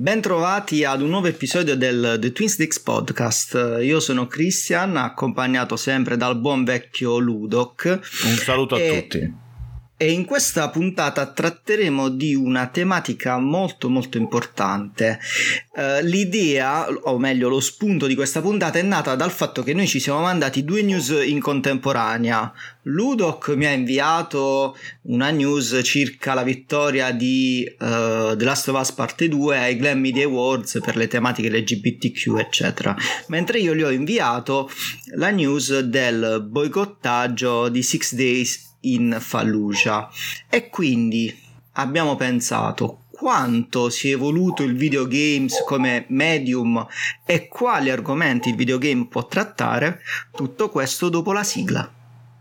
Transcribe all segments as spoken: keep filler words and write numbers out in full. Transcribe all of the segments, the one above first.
Bentrovati ad un nuovo episodio del The Twin Sticks Podcast. Io sono Christian, accompagnato sempre dal buon vecchio Ludoc. Un saluto e, a tutti. E in questa puntata tratteremo di una tematica molto molto importante. Uh, l'idea, o meglio lo spunto di questa puntata è nata dal fatto che noi ci siamo mandati due news in contemporanea. Ludoc mi ha inviato una news circa la vittoria di uh, The Last of Us Parte due ai Glam Media Awards per le tematiche L G B T Q eccetera, mentre io gli ho inviato la news del boicottaggio di Six Days in Fallujah. E quindi abbiamo pensato quanto si è evoluto il videogames come medium e quali argomenti il videogame può trattare. Tutto questo dopo la sigla.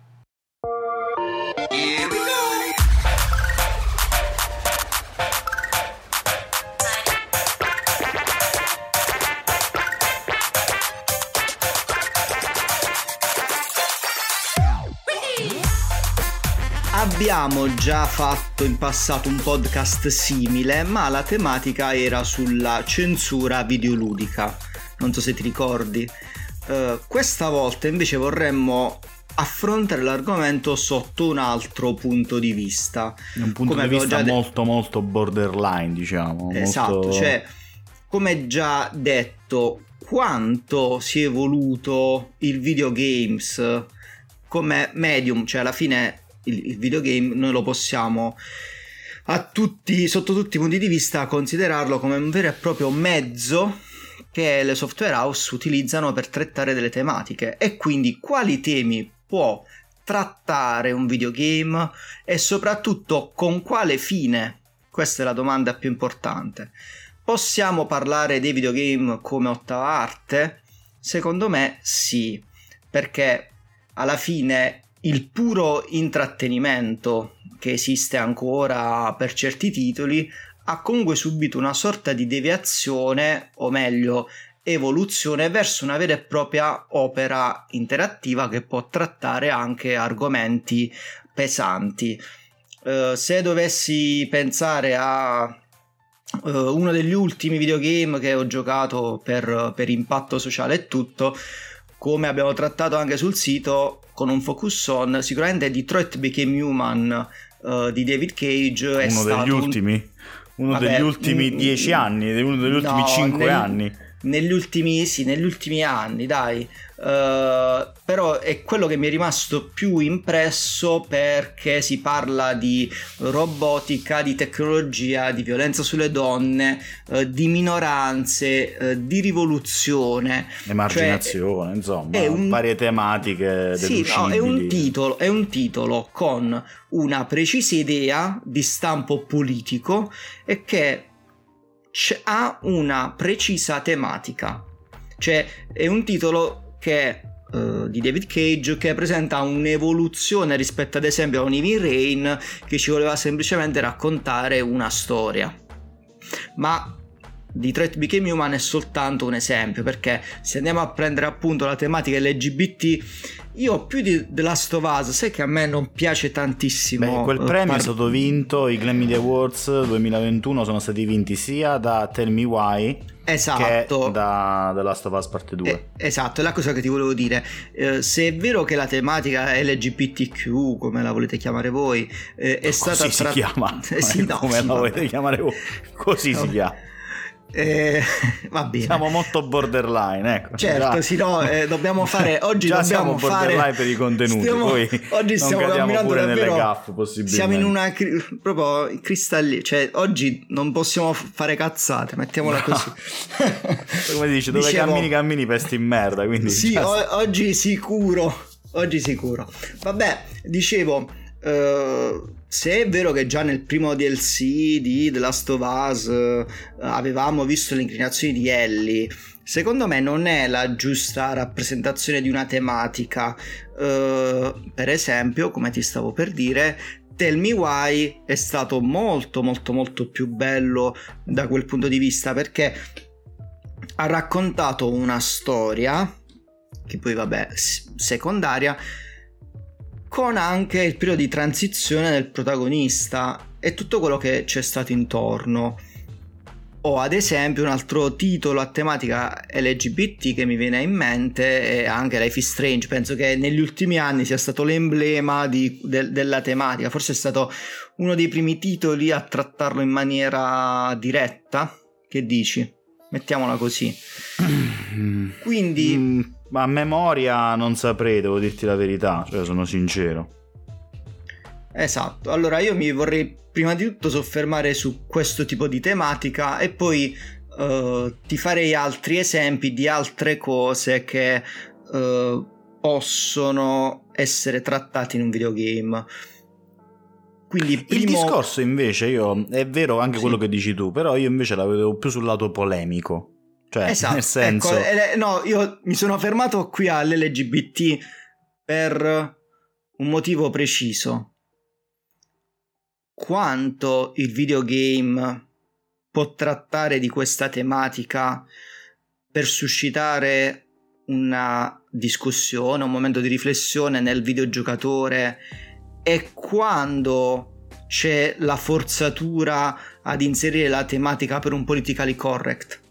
Abbiamo già fatto in passato un podcast simile, ma la tematica era sulla censura videoludica. Non so se ti ricordi. Uh, questa volta invece vorremmo affrontare l'argomento sotto un altro punto di vista. Un punto come di vista de- molto molto borderline, diciamo. Esatto, molto... cioè, come già detto, quanto si è evoluto il videogames come medium, cioè alla fine il, il videogame noi lo possiamo a tutti, sotto tutti i punti di vista, considerarlo come un vero e proprio mezzo che le software house utilizzano per trattare delle tematiche. E quindi quali temi può trattare un videogame e soprattutto con quale fine? Questa è la domanda più importante. Possiamo parlare dei videogame come ottava arte? Secondo me sì, perché alla fine il puro intrattenimento che esiste ancora per certi titoli ha comunque subito una sorta di deviazione, o meglio evoluzione, verso una vera e propria opera interattiva che può trattare anche argomenti pesanti. Uh, se dovessi pensare a uh, uno degli ultimi videogame che ho giocato per, per impatto sociale e tutto, come abbiamo trattato anche sul sito con un focus on, sicuramente Detroit Become Human uh, di David Cage è uno stato degli ultimi un... uno Vabbè, degli ultimi dieci anni, uno degli ultimi no, cinque nel... anni negli ultimi sì negli ultimi anni dai uh, però è quello che mi è rimasto più impresso, perché si parla di robotica, di tecnologia, di violenza sulle donne, uh, di minoranze, uh, di rivoluzione, emarginazione, cioè, insomma è un... varie tematiche sì, no, è un titolo è un titolo con una precisa idea di stampo politico e che ha una precisa tematica. Cioè è un titolo che uh, di David Cage che presenta un'evoluzione rispetto ad esempio a un Heavy Rain che ci voleva semplicemente raccontare una storia. Ma Detroit Become Human è soltanto un esempio, perché se andiamo a prendere appunto la tematica L G B T, io più di The Last of Us, sai che a me non piace tantissimo. Beh, quel premio par- è stato vinto, i Glam Media Awards duemilaventuno sono stati vinti sia da Tell Me Why, esatto, che da The Last of Us Parte due. Eh, esatto, è la cosa che ti volevo dire. Eh, se è vero che la tematica L G B T Q, come la volete chiamare voi, eh, è stata così tra... si chiama, eh, sì, no, come sì, la vabbè. volete chiamare voi, così no. si chiama. Eh, va bene. Siamo molto borderline, ecco. Certo, già. sì, no, eh, dobbiamo fare oggi già dobbiamo siamo fare borderline per i contenuti. stiamo, poi oggi non stiamo camminando pure davvero nelle gaffe, possibilmente. Siamo in una proprio cristalli, cioè oggi non possiamo fare cazzate, mettiamola no. così. Come dice, dove Dicevo, cammini cammini pesti in merda, quindi sì, o- oggi sicuro, oggi sicuro. Vabbè, dicevo, Uh, se è vero che già nel primo D L C di The Last of Us uh, avevamo visto le inclinazioni di Ellie, secondo me non è la giusta rappresentazione di una tematica. Uh, per esempio, come ti stavo per dire, Tell Me Why è stato molto molto molto più bello da quel punto di vista, perché ha raccontato una storia che poi vabbè secondaria, con anche il periodo di transizione del protagonista e tutto quello che c'è stato intorno. O ad esempio un altro titolo a tematica L G B T che mi viene in mente è anche Life is Strange. Penso che negli ultimi anni sia stato l'emblema di, de, della tematica, forse è stato uno dei primi titoli a trattarlo in maniera diretta. Che dici? Mettiamola così. Quindi mm, ma a memoria non saprei, devo dirti la verità, cioè sono sincero. Esatto, allora io mi vorrei prima di tutto soffermare su questo tipo di tematica e poi uh, ti farei altri esempi di altre cose che uh, possono essere trattate in un videogame. Quindi primo... Il discorso invece, io è vero anche sì. quello che dici tu, però io invece la vedevo più sul lato polemico, cioè esatto, nel senso ecco, eh, no, io mi sono fermato qui all'L G B T per un motivo preciso. Quanto il videogame può trattare di questa tematica per suscitare una discussione, un momento di riflessione nel videogiocatore, e quando c'è la forzatura ad inserire la tematica per un politically correct.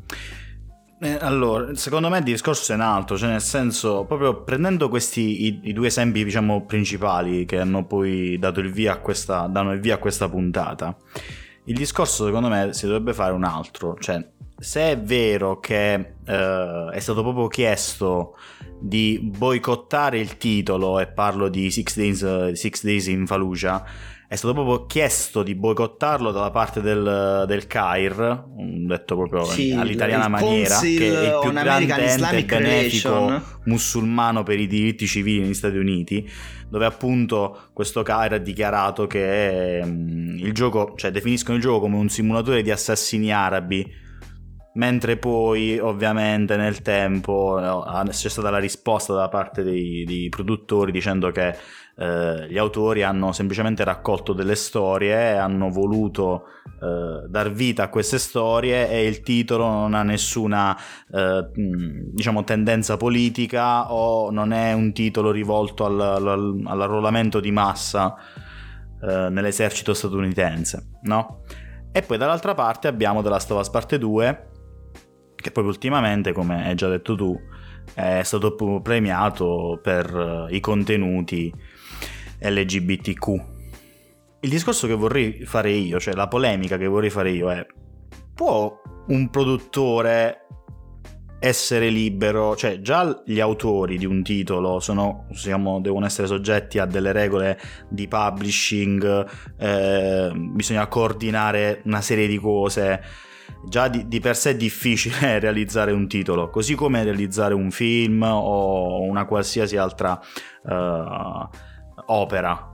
Eh, allora, secondo me il discorso è un altro, cioè nel senso, proprio prendendo questi i, i due esempi diciamo principali che hanno poi dato il via a questa, danno il via a questa puntata, il discorso secondo me si dovrebbe fare un altro, cioè se è vero che eh, è stato proprio chiesto di boicottare il titolo, e parlo di Six Days, Six Days in Fallujah, è stato proprio chiesto di boicottarlo dalla parte del, del C A I R, detto proprio sì, all'italiana maniera, che è il più grande ente benefico musulmano per i diritti civili negli Stati Uniti, dove appunto questo C A I R ha dichiarato che um, il gioco, cioè definiscono il gioco come un simulatore di assassini arabi, mentre poi ovviamente nel tempo c'è stata la risposta da parte dei, dei produttori dicendo che eh, gli autori hanno semplicemente raccolto delle storie e hanno voluto eh, dar vita a queste storie, e il titolo non ha nessuna eh, diciamo tendenza politica o non è un titolo rivolto al, al, all'arruolamento di massa eh, nell'esercito statunitense, no? E poi dall'altra parte abbiamo The Last of Us Parte due, che poi ultimamente, come hai già detto tu, è stato premiato per i contenuti L G B T Q. Il discorso che vorrei fare io, cioè la polemica che vorrei fare io è: può un produttore essere libero, cioè già gli autori di un titolo sono, siamo, devono essere soggetti a delle regole di publishing, eh, bisogna coordinare una serie di cose. Già di, di per sé è difficile realizzare un titolo, così come realizzare un film o una qualsiasi altra uh, opera.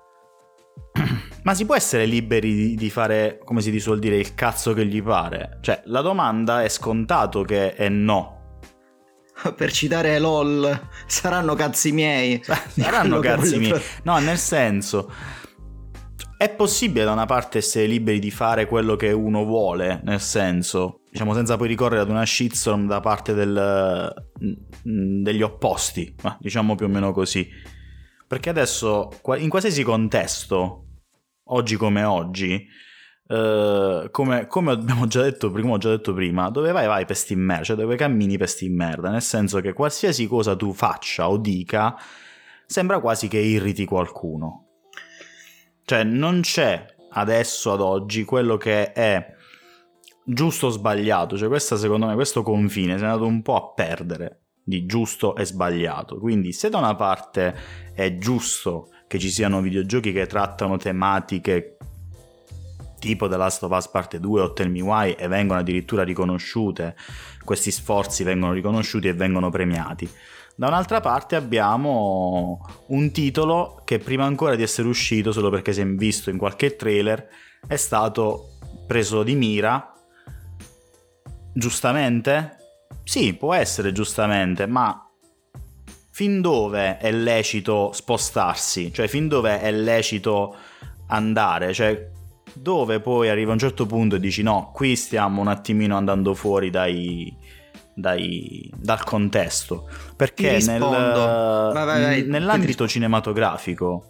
Ma si può essere liberi di, di fare, come si suol dire, il cazzo che gli pare? Cioè, la domanda è scontato che è no. Per citare LOL, saranno cazzi miei. Saranno cazzi miei. No, nel senso, è possibile da una parte essere liberi di fare quello che uno vuole, nel senso, diciamo, senza poi ricorrere ad una shitstorm da parte del, degli opposti, ma diciamo più o meno così. Perché adesso, in qualsiasi contesto, oggi come oggi, eh, come, come abbiamo già detto prima, ho già detto prima, dove vai vai pesti in merda, cioè dove cammini pesti in merda, nel senso che qualsiasi cosa tu faccia o dica sembra quasi che irriti qualcuno. Cioè non c'è adesso ad oggi quello che è giusto o sbagliato, cioè questa, secondo me, questo confine si è andato un po' a perdere di giusto e sbagliato. Quindi se da una parte è giusto che ci siano videogiochi che trattano tematiche tipo The Last of Us Parte due o Tell Me Why e vengono addirittura riconosciute, questi sforzi vengono riconosciuti e vengono premiati, da un'altra parte abbiamo un titolo che prima ancora di essere uscito, solo perché si è visto in qualche trailer, è stato preso di mira, giustamente? Sì, può essere giustamente, ma fin dove è lecito spostarsi? Cioè, fin dove è lecito andare? Cioè, dove poi arriva a un certo punto e dici no, qui stiamo un attimino andando fuori dai... Dai, dal contesto, perché nel, vai, vai, vai. nell'ambito cinematografico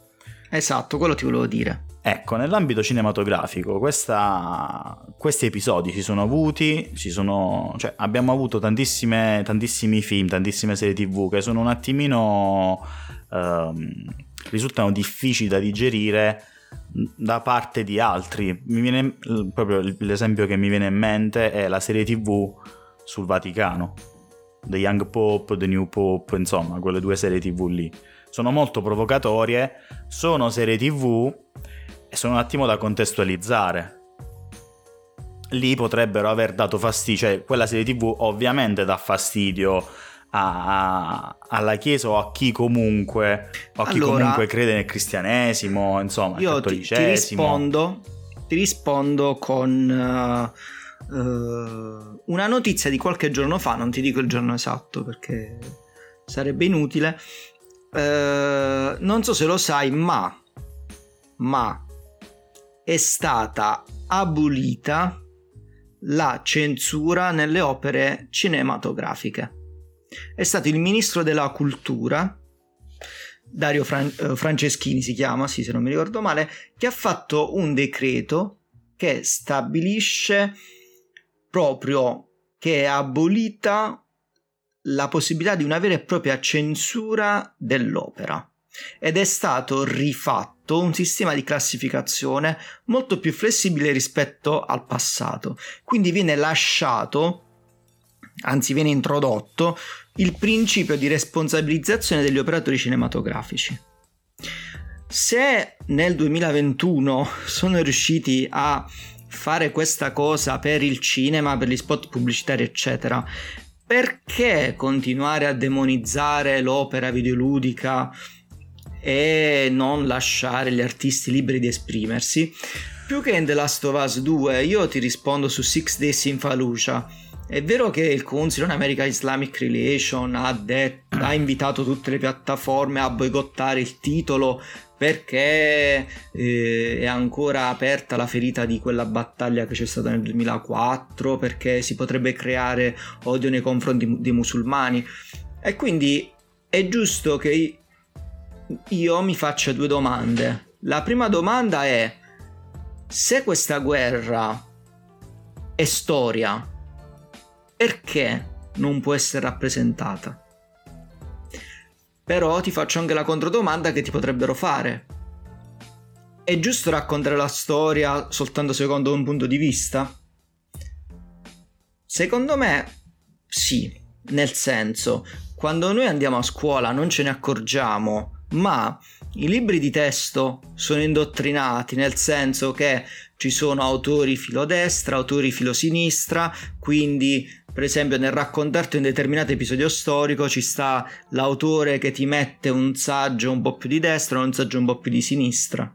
Esatto, quello ti volevo dire. Ecco, nell'ambito cinematografico questa, questi episodi si sono avuti, si sono, cioè, abbiamo avuto tantissime, tantissimi film, tantissime serie tv che sono un attimino ehm, risultano difficili da digerire da parte di altri. Mi viene proprio l'esempio che mi viene in mente è la serie tv sul Vaticano, The Young Pope, The New Pope, insomma quelle due serie tv lì sono molto provocatorie, sono serie tv e sono un attimo da contestualizzare. Lì potrebbero aver dato fastidio, cioè quella serie tv ovviamente dà fastidio a, a, alla Chiesa o a chi comunque o a chi allora, comunque crede nel cristianesimo, insomma, al io ti, ti rispondo ti rispondo con uh, uh, una notizia di qualche giorno fa, non ti dico il giorno esatto perché sarebbe inutile. Uh, non so se lo sai, ma ma è stata abolita la censura nelle opere cinematografiche. È stato il ministro della cultura, Dario Fran- Franceschini si chiama, sì, se non mi ricordo male, che ha fatto un decreto che stabilisce proprio che è abolita la possibilità di una vera e propria censura dell'opera. Ed è stato rifatto un sistema di classificazione molto più flessibile rispetto al passato. Quindi viene lasciato, anzi viene introdotto, il principio di responsabilizzazione degli operatori cinematografici. Se nel duemilaventuno sono riusciti a fare questa cosa per il cinema, per gli spot pubblicitari eccetera, perché continuare a demonizzare l'opera videoludica e non lasciare gli artisti liberi di esprimersi? Più che in The Last of Us due, io ti rispondo su Six Days in Fallujah. È vero che il Council on American Islamic Relations ha, detto, ha invitato tutte le piattaforme a boicottare il titolo perché eh, è ancora aperta la ferita di quella battaglia che c'è stata nel duemilaquattro, perché si potrebbe creare odio nei confronti dei musulmani, e quindi è giusto che io mi faccia due domande. La prima domanda è: se questa guerra è storia, perché non può essere rappresentata? Però ti faccio anche la controdomanda che ti potrebbero fare: è giusto raccontare la storia soltanto secondo un punto di vista? Secondo me sì, nel senso, quando noi andiamo a scuola non ce ne accorgiamo, ma i libri di testo sono indottrinati, nel senso che ci sono autori filodestra, autori filosinistra, quindi per esempio nel raccontarti un determinato episodio storico ci sta l'autore che ti mette un saggio un po' più di destra e un saggio un po' più di sinistra.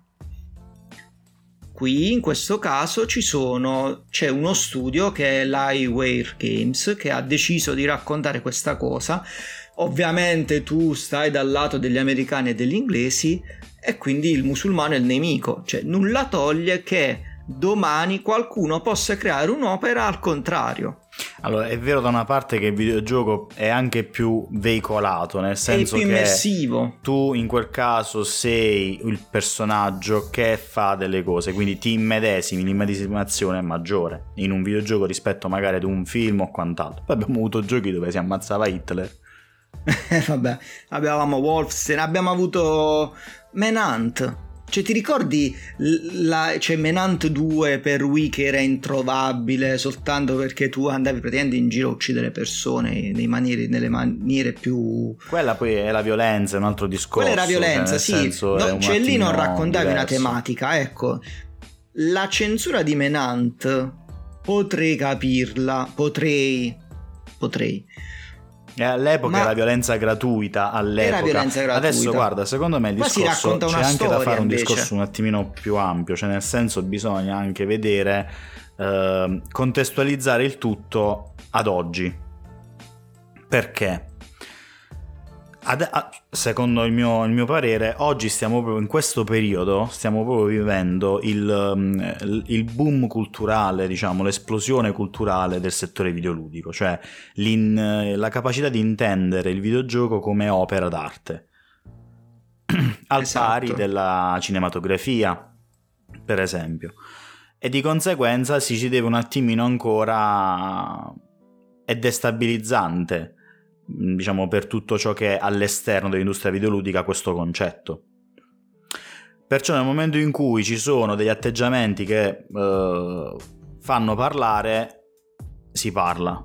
Qui in questo caso ci sono, c'è uno studio che è l'Highwire Games che ha deciso di raccontare questa cosa. Ovviamente tu stai dal lato degli americani e degli inglesi e quindi il musulmano è il nemico, cioè nulla toglie che domani qualcuno possa creare un'opera al contrario. Allora, è vero da una parte che il videogioco è anche più veicolato, nel senso è più che immersivo. Tu in quel caso sei il personaggio che fa delle cose, quindi ti immedesimi, l'immedesimazione è maggiore in un videogioco rispetto magari ad un film o quant'altro. Poi abbiamo avuto giochi dove si ammazzava Hitler. Vabbè, avevamo Wolfenstein, abbiamo avuto Menant. Cioè ti ricordi la, cioè Menant due per Wii che era introvabile soltanto perché tu andavi praticamente in giro a uccidere persone nei maniere, nelle maniere più... Quella poi è la violenza, è un altro discorso. Quella era violenza, cioè, sì, no, cioè lì non raccontavi diverso. Una tematica, ecco. La censura di Menant potrei capirla, potrei, potrei... All'epoca era violenza gratuita, all'epoca. Era violenza gratuita. Adesso guarda, secondo me il ma discorso c'è anche storia, da fare un invece. discorso un attimino più ampio, cioè nel senso bisogna anche vedere, eh, contestualizzare il tutto ad oggi. Perché? Ad, a, secondo il mio, il mio parere, oggi stiamo proprio in questo periodo, stiamo proprio vivendo il, il boom culturale, diciamo, l'esplosione culturale del settore videoludico, cioè la capacità di intendere il videogioco come opera d'arte. al Esatto. pari della cinematografia, per esempio. E di conseguenza si ci deve un attimino ancora... è destabilizzante, diciamo, per tutto ciò che è all'esterno dell'industria videoludica questo concetto. Perciò nel momento in cui ci sono degli atteggiamenti che eh, fanno parlare, si parla.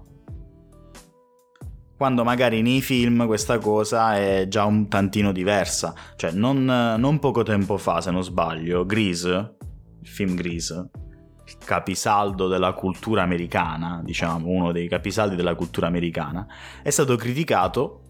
Quando magari nei film questa cosa è già un tantino diversa. Cioè non, non poco tempo fa, se non sbaglio, Grease, il film Grease, il capisaldo della cultura americana, diciamo, uno dei capisaldi della cultura americana, è stato criticato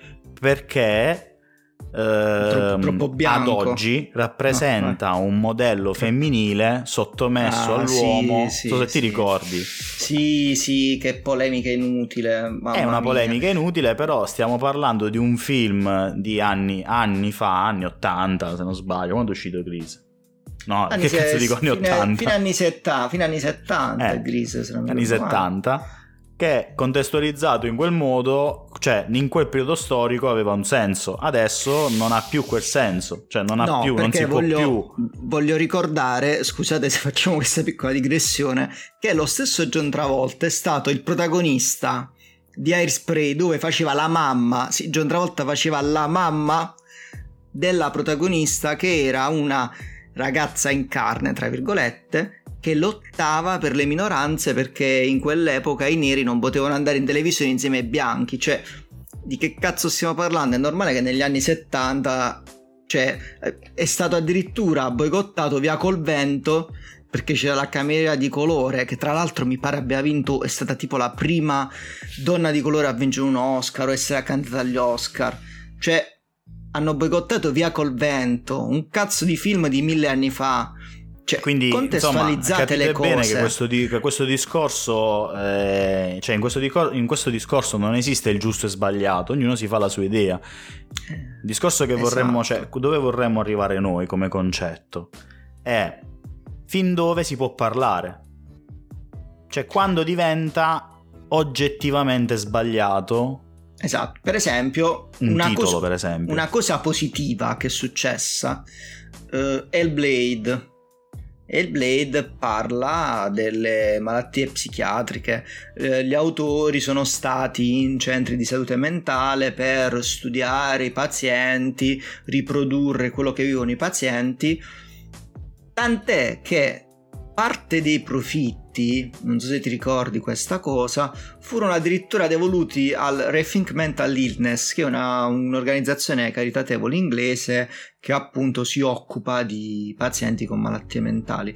perché Troppo, troppo bianco. ad oggi rappresenta no, un modello femminile sottomesso ah, all'uomo. Sì, non so se sì, ti ricordi. Sì, sì, che polemica inutile. Mamma è una mia. polemica inutile, però stiamo parlando di un film di anni, anni fa, anni ottanta, se non sbaglio. Quando è uscito Grease? No, anni che se, cazzo dico anni fine, ottanta? Fino anni settanta, fino anni settanta, eh, Grease, se non mi anni settanta. Che contestualizzato in quel modo, cioè in quel periodo storico aveva un senso, adesso non ha più quel senso, cioè non ha no, più, non si voglio, può più. Voglio ricordare, scusate se facciamo questa piccola digressione, che lo stesso John Travolta è stato il protagonista di Hairspray, dove faceva la mamma, sì, John Travolta faceva la mamma della protagonista, che era una ragazza in carne, tra virgolette, che lottava per le minoranze, perché in quell'epoca i neri non potevano andare in televisione insieme ai bianchi. Cioè, di che cazzo stiamo parlando? È normale che negli anni settanta, cioè, è stato addirittura boicottato Via col vento perché c'era la cameriera di colore, che tra l'altro mi pare abbia vinto, è stata tipo la prima donna di colore a vincere un Oscar o essere candidata agli Oscar. Cioè, hanno boicottato Via col vento, un cazzo di film di mille anni fa. Cioè, quindi contestualizzate insomma, le capite bene cose. che questo, di, che questo discorso eh, cioè in questo, dicor- in questo discorso non esiste il giusto e sbagliato, ognuno si fa la sua idea. Il discorso che vorremmo, Esatto. cioè dove vorremmo arrivare noi come concetto è fin dove si può parlare, cioè quando diventa oggettivamente sbagliato. Esatto, per esempio un una, titolo, cos- per esempio. una cosa positiva che è successa, uh, Hellblade. Hellblade parla delle malattie psichiatriche. Eh, gli autori sono stati in centri di salute mentale per studiare i pazienti, riprodurre quello che vivono i pazienti, tant'è che parte dei profitti, non so se ti ricordi questa cosa, furono addirittura devoluti al Rethink Mental Illness, che è una, un'organizzazione caritatevole inglese che appunto si occupa di pazienti con malattie mentali.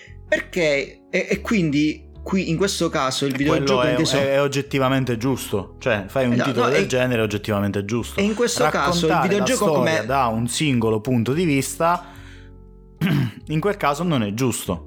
Perché e, e quindi qui in questo caso il videogioco è, inteso... è oggettivamente giusto, cioè fai un esatto, titolo no, del e... genere oggettivamente giusto. E in questo caso il videogioco la come da un singolo punto di vista in quel caso non è giusto.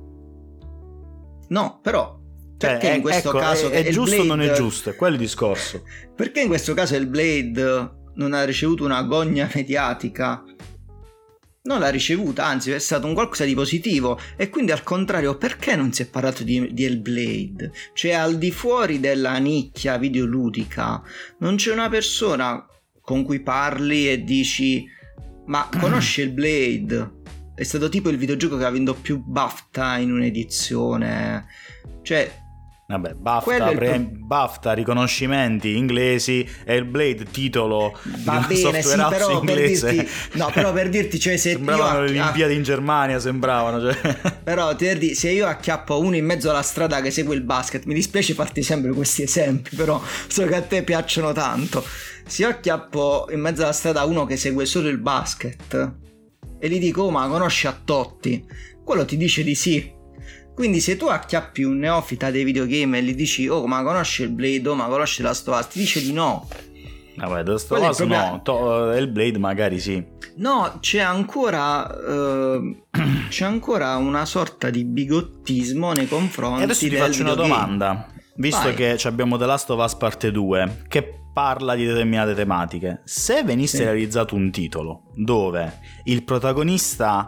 No, però perché cioè, in questo ecco, caso è, è giusto o Blade... non è giusto? È quello il discorso. Perché in questo caso il Blade non ha ricevuto una gogna mediatica? Non l'ha ricevuta, anzi è stato un qualcosa di positivo. E quindi al contrario, perché non si è parlato di, di Hellblade? Cioè, al di fuori della nicchia videoludica non c'è una persona con cui parli e dici: ma conosci Hellblade? È stato tipo il videogioco che ha vinto più BAFTA in un'edizione. Cioè, vabbè, BAFTA, il... pre- BAFTA, riconoscimenti inglesi, e il Blade titolo va di bene, software sì, house però inglese. Per dirti, no, però per dirti, cioè, se sembravano io le Olimpiadi in Germania, sembravano. Cioè. Però ti dirti, se io acchiappo uno in mezzo alla strada che segue il basket, mi dispiace farti sempre questi esempi, però so che a te piacciono tanto. Se io acchiappo in mezzo alla strada uno che segue solo il basket e gli dico: oh, ma conosci a Totti? Quello ti dice di sì. Quindi se tu acchiappi un neofita dei videogame e gli dici: oh, ma conosci il Blade, oh, ma conosci la Last of Us, ti dice di no. Vabbè, The Last of Us no, to- il Blade magari sì. No, c'è ancora uh, c'è ancora una sorta di bigottismo nei confronti. E adesso ti del faccio una videogame. domanda. Visto Vai. che abbiamo The Last of Us parte due, che parla di determinate tematiche, se venisse sì. realizzato un titolo dove il protagonista,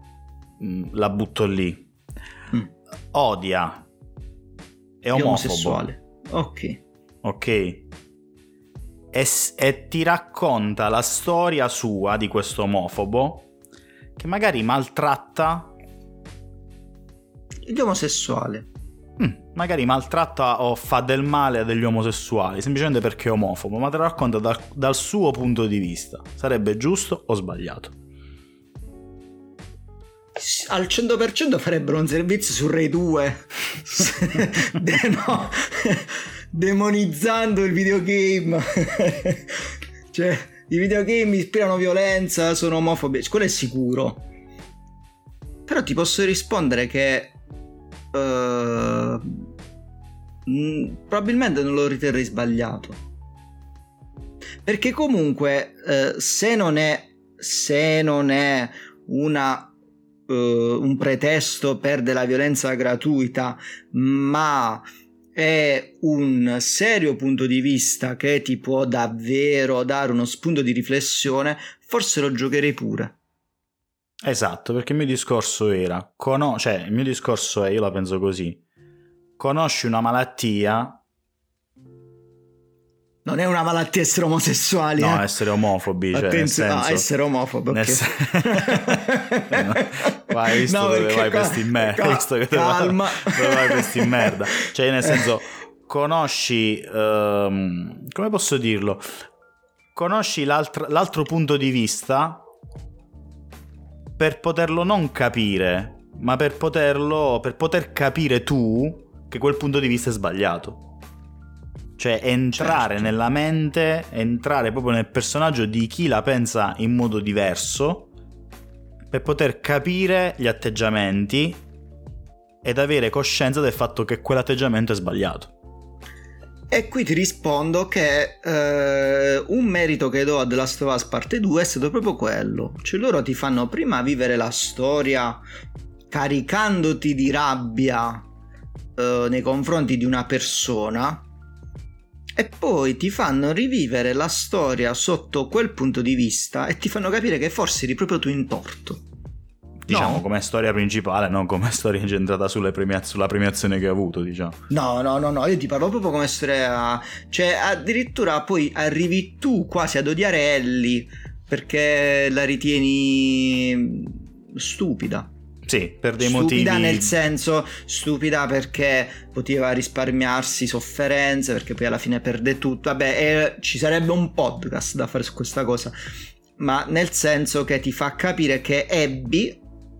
la butto lì, mm. odia, è omofobo, omosessuale, ok, ok, e, e ti racconta la storia sua di questo omofobo che magari maltratta gli omosessuali. Mm, magari maltratta o fa del male a degli omosessuali semplicemente perché è omofobo, ma te lo racconta da, dal suo punto di vista. Sarebbe giusto o sbagliato? Al cento per cento farebbero un servizio su Rai due De- no, demonizzando il videogame. Cioè, i videogame ispirano violenza, sono omofobi, quello è sicuro. Però ti posso rispondere che Uh, mh, probabilmente non lo riterrei sbagliato, perché comunque uh, se non è se non è una uh, un pretesto per della violenza gratuita, ma è un serio punto di vista che ti può davvero dare uno spunto di riflessione, forse lo giocherei pure. Esatto, perché il mio discorso era, cono- cioè il mio discorso è, io la penso così, conosci una malattia, non è una malattia essere omosessuali, no, eh? essere omofobi, cioè Attenzione, nel senso, no, essere omofobo, nel okay. sen- no, vai, visto no, dove vai qua... questi in merda, Cal- visto che calma, dove vai questi in merda, cioè nel senso, conosci, um, come posso dirlo, conosci l'altro, l'altro punto di vista per poterlo non capire, ma per poterlo, per poter capire tu che quel punto di vista è sbagliato. Cioè entrare certo. nella mente, entrare proprio nel personaggio di chi la pensa in modo diverso, per poter capire gli atteggiamenti ed avere coscienza del fatto che quell'atteggiamento è sbagliato. E qui ti rispondo che eh, un merito che do a The Last of Us parte due è stato proprio quello. Cioè loro ti fanno prima vivere la storia caricandoti di rabbia eh, nei confronti di una persona, e poi ti fanno rivivere la storia sotto quel punto di vista e ti fanno capire che forse eri proprio tu in torto. Diciamo no. come storia principale, non come storia incentrata sulle premia- sulla premiazione che ha avuto, diciamo. No, no, no, no, io ti parlo proprio come storia. Cioè, addirittura poi arrivi tu quasi ad odiare Ellie perché la ritieni stupida. Sì, per dei stupida motivi. Stupida nel senso, stupida perché poteva risparmiarsi sofferenze, perché poi alla fine perde tutto. Vabbè, eh, ci sarebbe un podcast da fare su questa cosa. Ma nel senso che ti fa capire che Abby,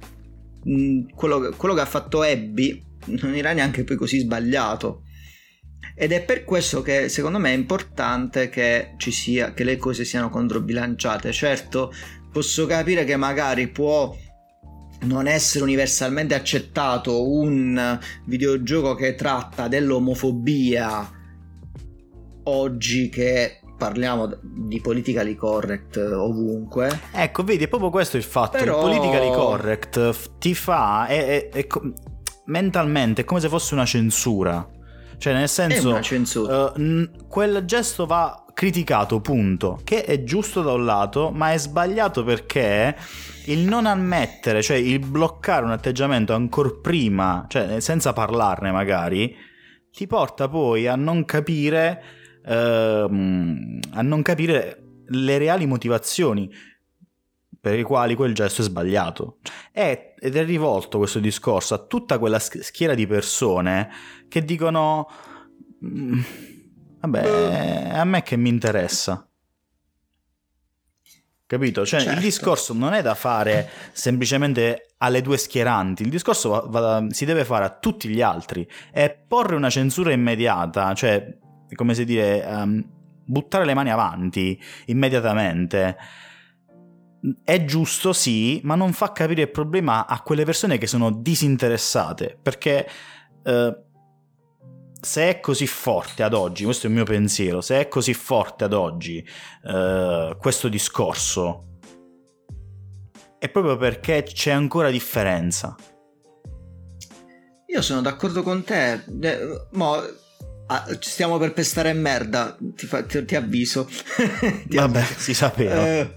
Quello, quello che ha fatto Abby non era neanche poi così sbagliato, ed è per questo che secondo me è importante che ci sia, che le cose siano controbilanciate. Certo, posso capire che magari può non essere universalmente accettato un videogioco che tratta dell'omofobia oggi, che parliamo di politically correct ovunque. Ecco, vedi, è proprio questo il fatto. Però... il politically correct ti fa è, è, è, è, mentalmente è come se fosse una censura. Cioè nel senso, è una censura. Uh, n- quel gesto va criticato, punto. Che è giusto da un lato, ma è sbagliato perché il non ammettere, cioè il bloccare un atteggiamento ancor prima, cioè senza parlarne magari, ti porta poi a non capire uh, a non capire le reali motivazioni per le quali quel gesto è sbagliato. È, ed è rivolto questo discorso a tutta quella schiera di persone che dicono vabbè, a me che mi interessa, capito? Cioè certo. Il discorso non è da fare semplicemente alle due schieranti, il discorso va, va, si deve fare a tutti gli altri, e porre una censura immediata, cioè come si dire, um, buttare le mani avanti immediatamente è giusto, sì, ma non fa capire il problema a quelle persone che sono disinteressate, perché uh, se è così forte ad oggi, questo è il mio pensiero, se è così forte ad oggi uh, questo discorso, è proprio perché c'è ancora differenza. Io sono d'accordo con te. Mo, ah, stiamo per pestare merda, ti, fa, ti, ti avviso. ti Vabbè, avviso. si sapeva. Eh,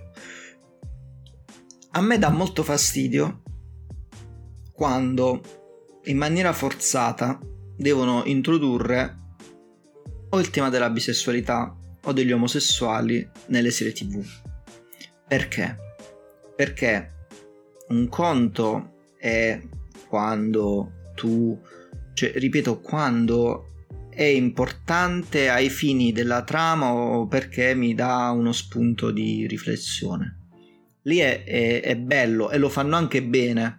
a me dà molto fastidio quando in maniera forzata devono introdurre o il tema della bisessualità o degli omosessuali nelle serie tv. Perché? Perché un conto è quando tu, cioè, ripeto, quando è importante ai fini della trama o perché mi dà uno spunto di riflessione. Lì è, è, è bello e lo fanno anche bene.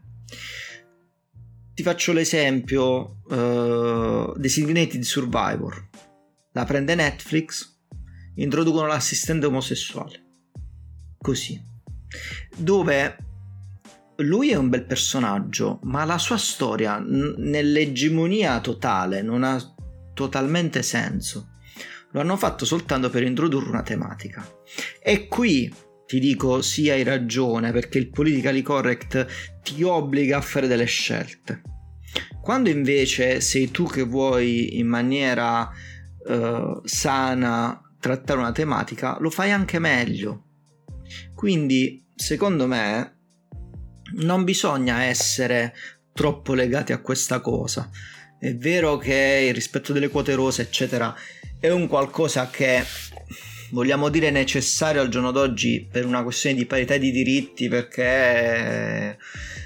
Ti faccio l'esempio uh, Designated Survivor. La prende Netflix, introducono l'assistente omosessuale. Così. Dove lui è un bel personaggio, ma la sua storia n- nell'egemonia totale non ha totalmente senso. Lo hanno fatto soltanto per introdurre una tematica. E qui ti dico sì, hai ragione, perché il politically correct ti obbliga a fare delle scelte. Quando invece sei tu che vuoi in maniera uh, sana trattare una tematica, lo fai anche meglio. Quindi secondo me non bisogna essere troppo legati a questa cosa. È vero che il rispetto delle quote rosa eccetera è un qualcosa che vogliamo dire necessario al giorno d'oggi per una questione di parità di diritti, perché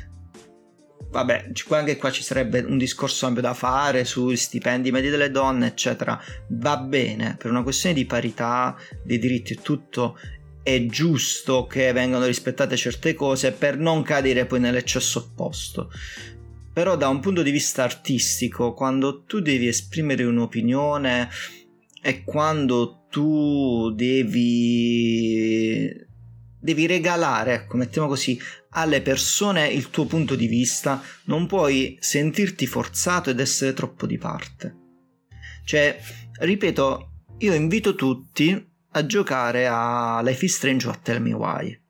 vabbè, anche qua ci sarebbe un discorso ampio da fare sui stipendi medi delle donne eccetera. Va bene, per una questione di parità dei diritti e tutto è giusto che vengano rispettate certe cose per non cadere poi nell'eccesso opposto. Però da un punto di vista artistico, quando tu devi esprimere un'opinione e quando tu devi devi regalare, ecco, mettiamo così, alle persone il tuo punto di vista, non puoi sentirti forzato ed essere troppo di parte. Cioè, ripeto, io invito tutti a giocare a Life is Strange o a Tell Me Why.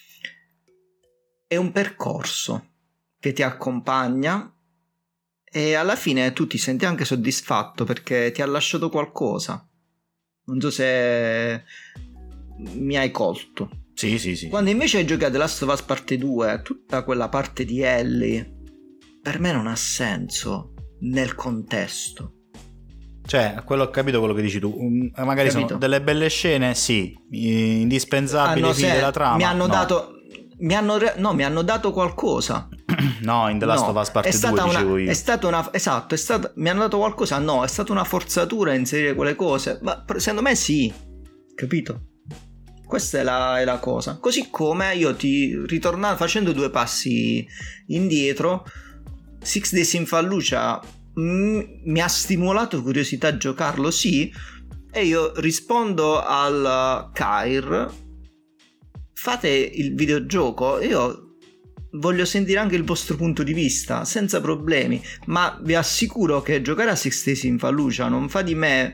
È un percorso che ti accompagna e alla fine tu ti senti anche soddisfatto perché ti ha lasciato qualcosa. Non so se mi hai colto. Sì, sì, sì. Quando invece hai giocato The Last of Us parte due, tutta quella parte di Ellie per me non ha senso nel contesto. Cioè, quello ho capito quello che dici tu. Magari capito? Sono delle belle scene, sì, indispensabili ai fini della trama. Mi hanno no. dato mi hanno no, mi hanno dato qualcosa. No, in The Last no, of Us parte due dicevo una, io. È stata una esatto, è stata mi hanno dato qualcosa? No, è stata una forzatura a inserire quelle cose, ma secondo me sì. Capito? Questa è la, è la cosa. Così come io ti ritornavo facendo due passi indietro, Six Days in Fallujah mm, mi ha stimolato curiosità a giocarlo, sì, e io rispondo al Kair: fate il videogioco, io voglio sentire anche il vostro punto di vista, senza problemi, ma vi assicuro che giocare a Six Days in Fallujah non fa di me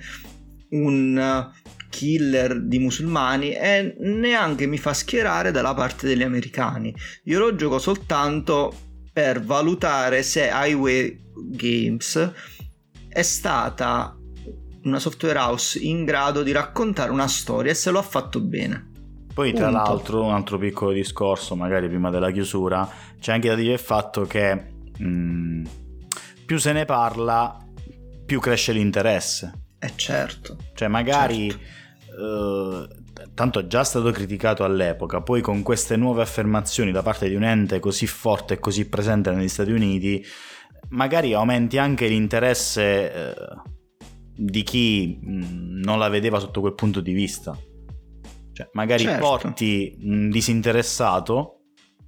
un killer di musulmani e neanche mi fa schierare dalla parte degli americani. Io lo gioco soltanto per valutare se Highway Games è stata una software house in grado di raccontare una storia e se lo ha fatto bene. Poi tra Punto. L'altro un altro piccolo discorso magari prima della chiusura, c'è anche da dire il fatto che mh, più se ne parla più cresce l'interesse. Eh certo. Cioè magari certo. Uh, tanto è già stato criticato all'epoca, poi con queste nuove affermazioni da parte di un ente così forte e così presente negli Stati Uniti magari aumenti anche l'interesse uh, di chi mh, non la vedeva sotto quel punto di vista. Cioè magari certo. porti un disinteressato,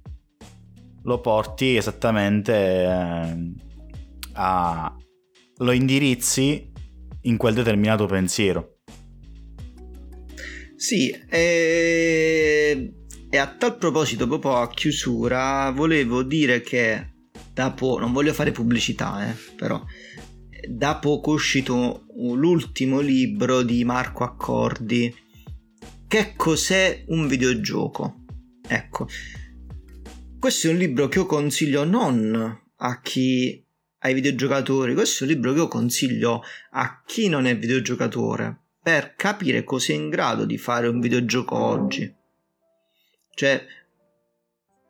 lo porti esattamente eh, a lo indirizzi in quel determinato pensiero. Sì, e... e a tal proposito, proprio a chiusura, volevo dire che da po- non voglio fare pubblicità, eh, però da poco è uscito l'ultimo libro di Marco Accordi. Che cos'è un videogioco? Ecco, questo è un libro che io consiglio non a chi ai videogiocatori, questo è un libro che io consiglio a chi non è videogiocatore per capire cosa è in grado di fare un videogioco oggi. Cioè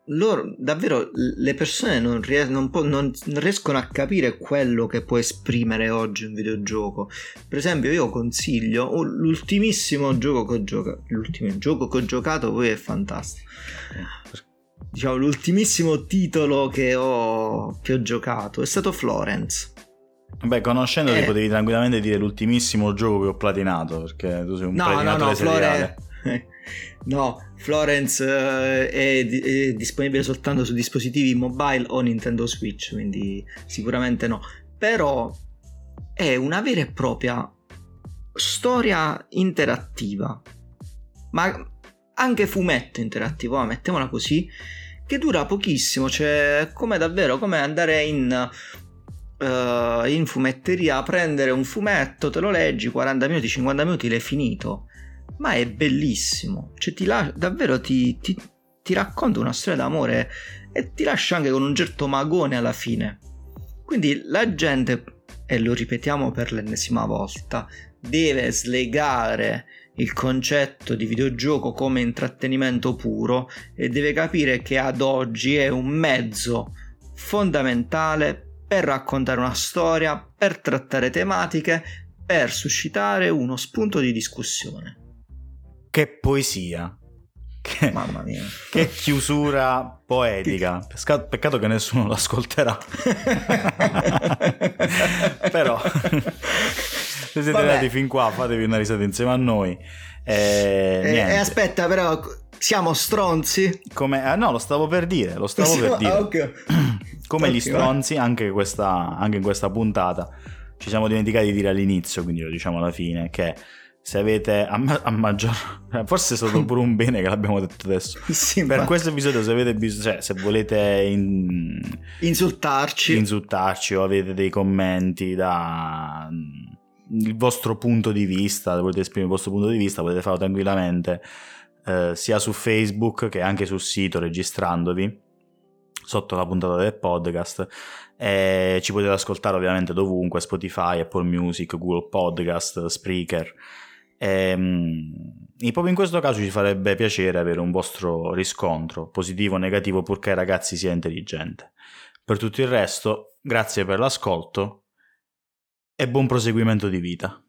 loro davvero le persone non, ries- non, po- non, non riescono a capire quello che può esprimere oggi un videogioco. Per esempio, io consiglio oh, l'ultimissimo gioco che ho giocato. L'ultimo gioco che ho giocato poi è fantastico. Diciamo, l'ultimissimo titolo che ho, che ho giocato è stato Florence. Beh, conoscendoti eh, potevi tranquillamente dire l'ultimissimo gioco che ho platinato, perché tu sei un no, platinatore no, no, seriale. Flore... no, Florence uh, è, è disponibile soltanto su dispositivi mobile o Nintendo Switch, quindi sicuramente no. Però è una vera e propria storia interattiva, ma anche fumetto interattivo, ah, mettiamola così, che dura pochissimo, cioè come davvero come andare in uh, in fumetteria, prendere un fumetto, te lo leggi, quaranta minuti, cinquanta minuti, l'hai finito. Ma è bellissimo, cioè ti la- davvero ti, ti, ti racconta una storia d'amore e ti lascia anche con un certo magone alla fine. Quindi la gente, e lo ripetiamo per l'ennesima volta, deve slegare il concetto di videogioco come intrattenimento puro e deve capire che ad oggi è un mezzo fondamentale per raccontare una storia, per trattare tematiche, per suscitare uno spunto di discussione. Che poesia, che, mamma mia, che chiusura poetica. Pesca- peccato che nessuno l'ascolterà. Però se siete arrivati fin qua, fatevi una risata insieme a noi. E, e, e aspetta, però siamo stronzi? Come, ah, no, lo stavo per dire, lo stavo siamo, per dire. Ah, okay. Come okay, gli stronzi, anche, questa, anche in questa puntata ci siamo dimenticati di dire all'inizio, quindi lo diciamo alla fine, che se avete a, ma- a maggior forse è stato pure un bene che l'abbiamo detto adesso, sì, per ma... questo episodio, se avete bisogno, cioè se volete in... insultarci insultarci o avete dei commenti da il vostro punto di vista, volete esprimere il vostro punto di vista, potete farlo tranquillamente eh, sia su Facebook che anche sul sito, registrandovi sotto la puntata del podcast. E ci potete ascoltare ovviamente dovunque: Spotify, Apple Music, Google Podcast, Spreaker. E, e proprio in questo caso ci farebbe piacere avere un vostro riscontro, positivo o negativo, purché ragazzi sia intelligente. Per tutto il resto, grazie per l'ascolto e buon proseguimento di vita.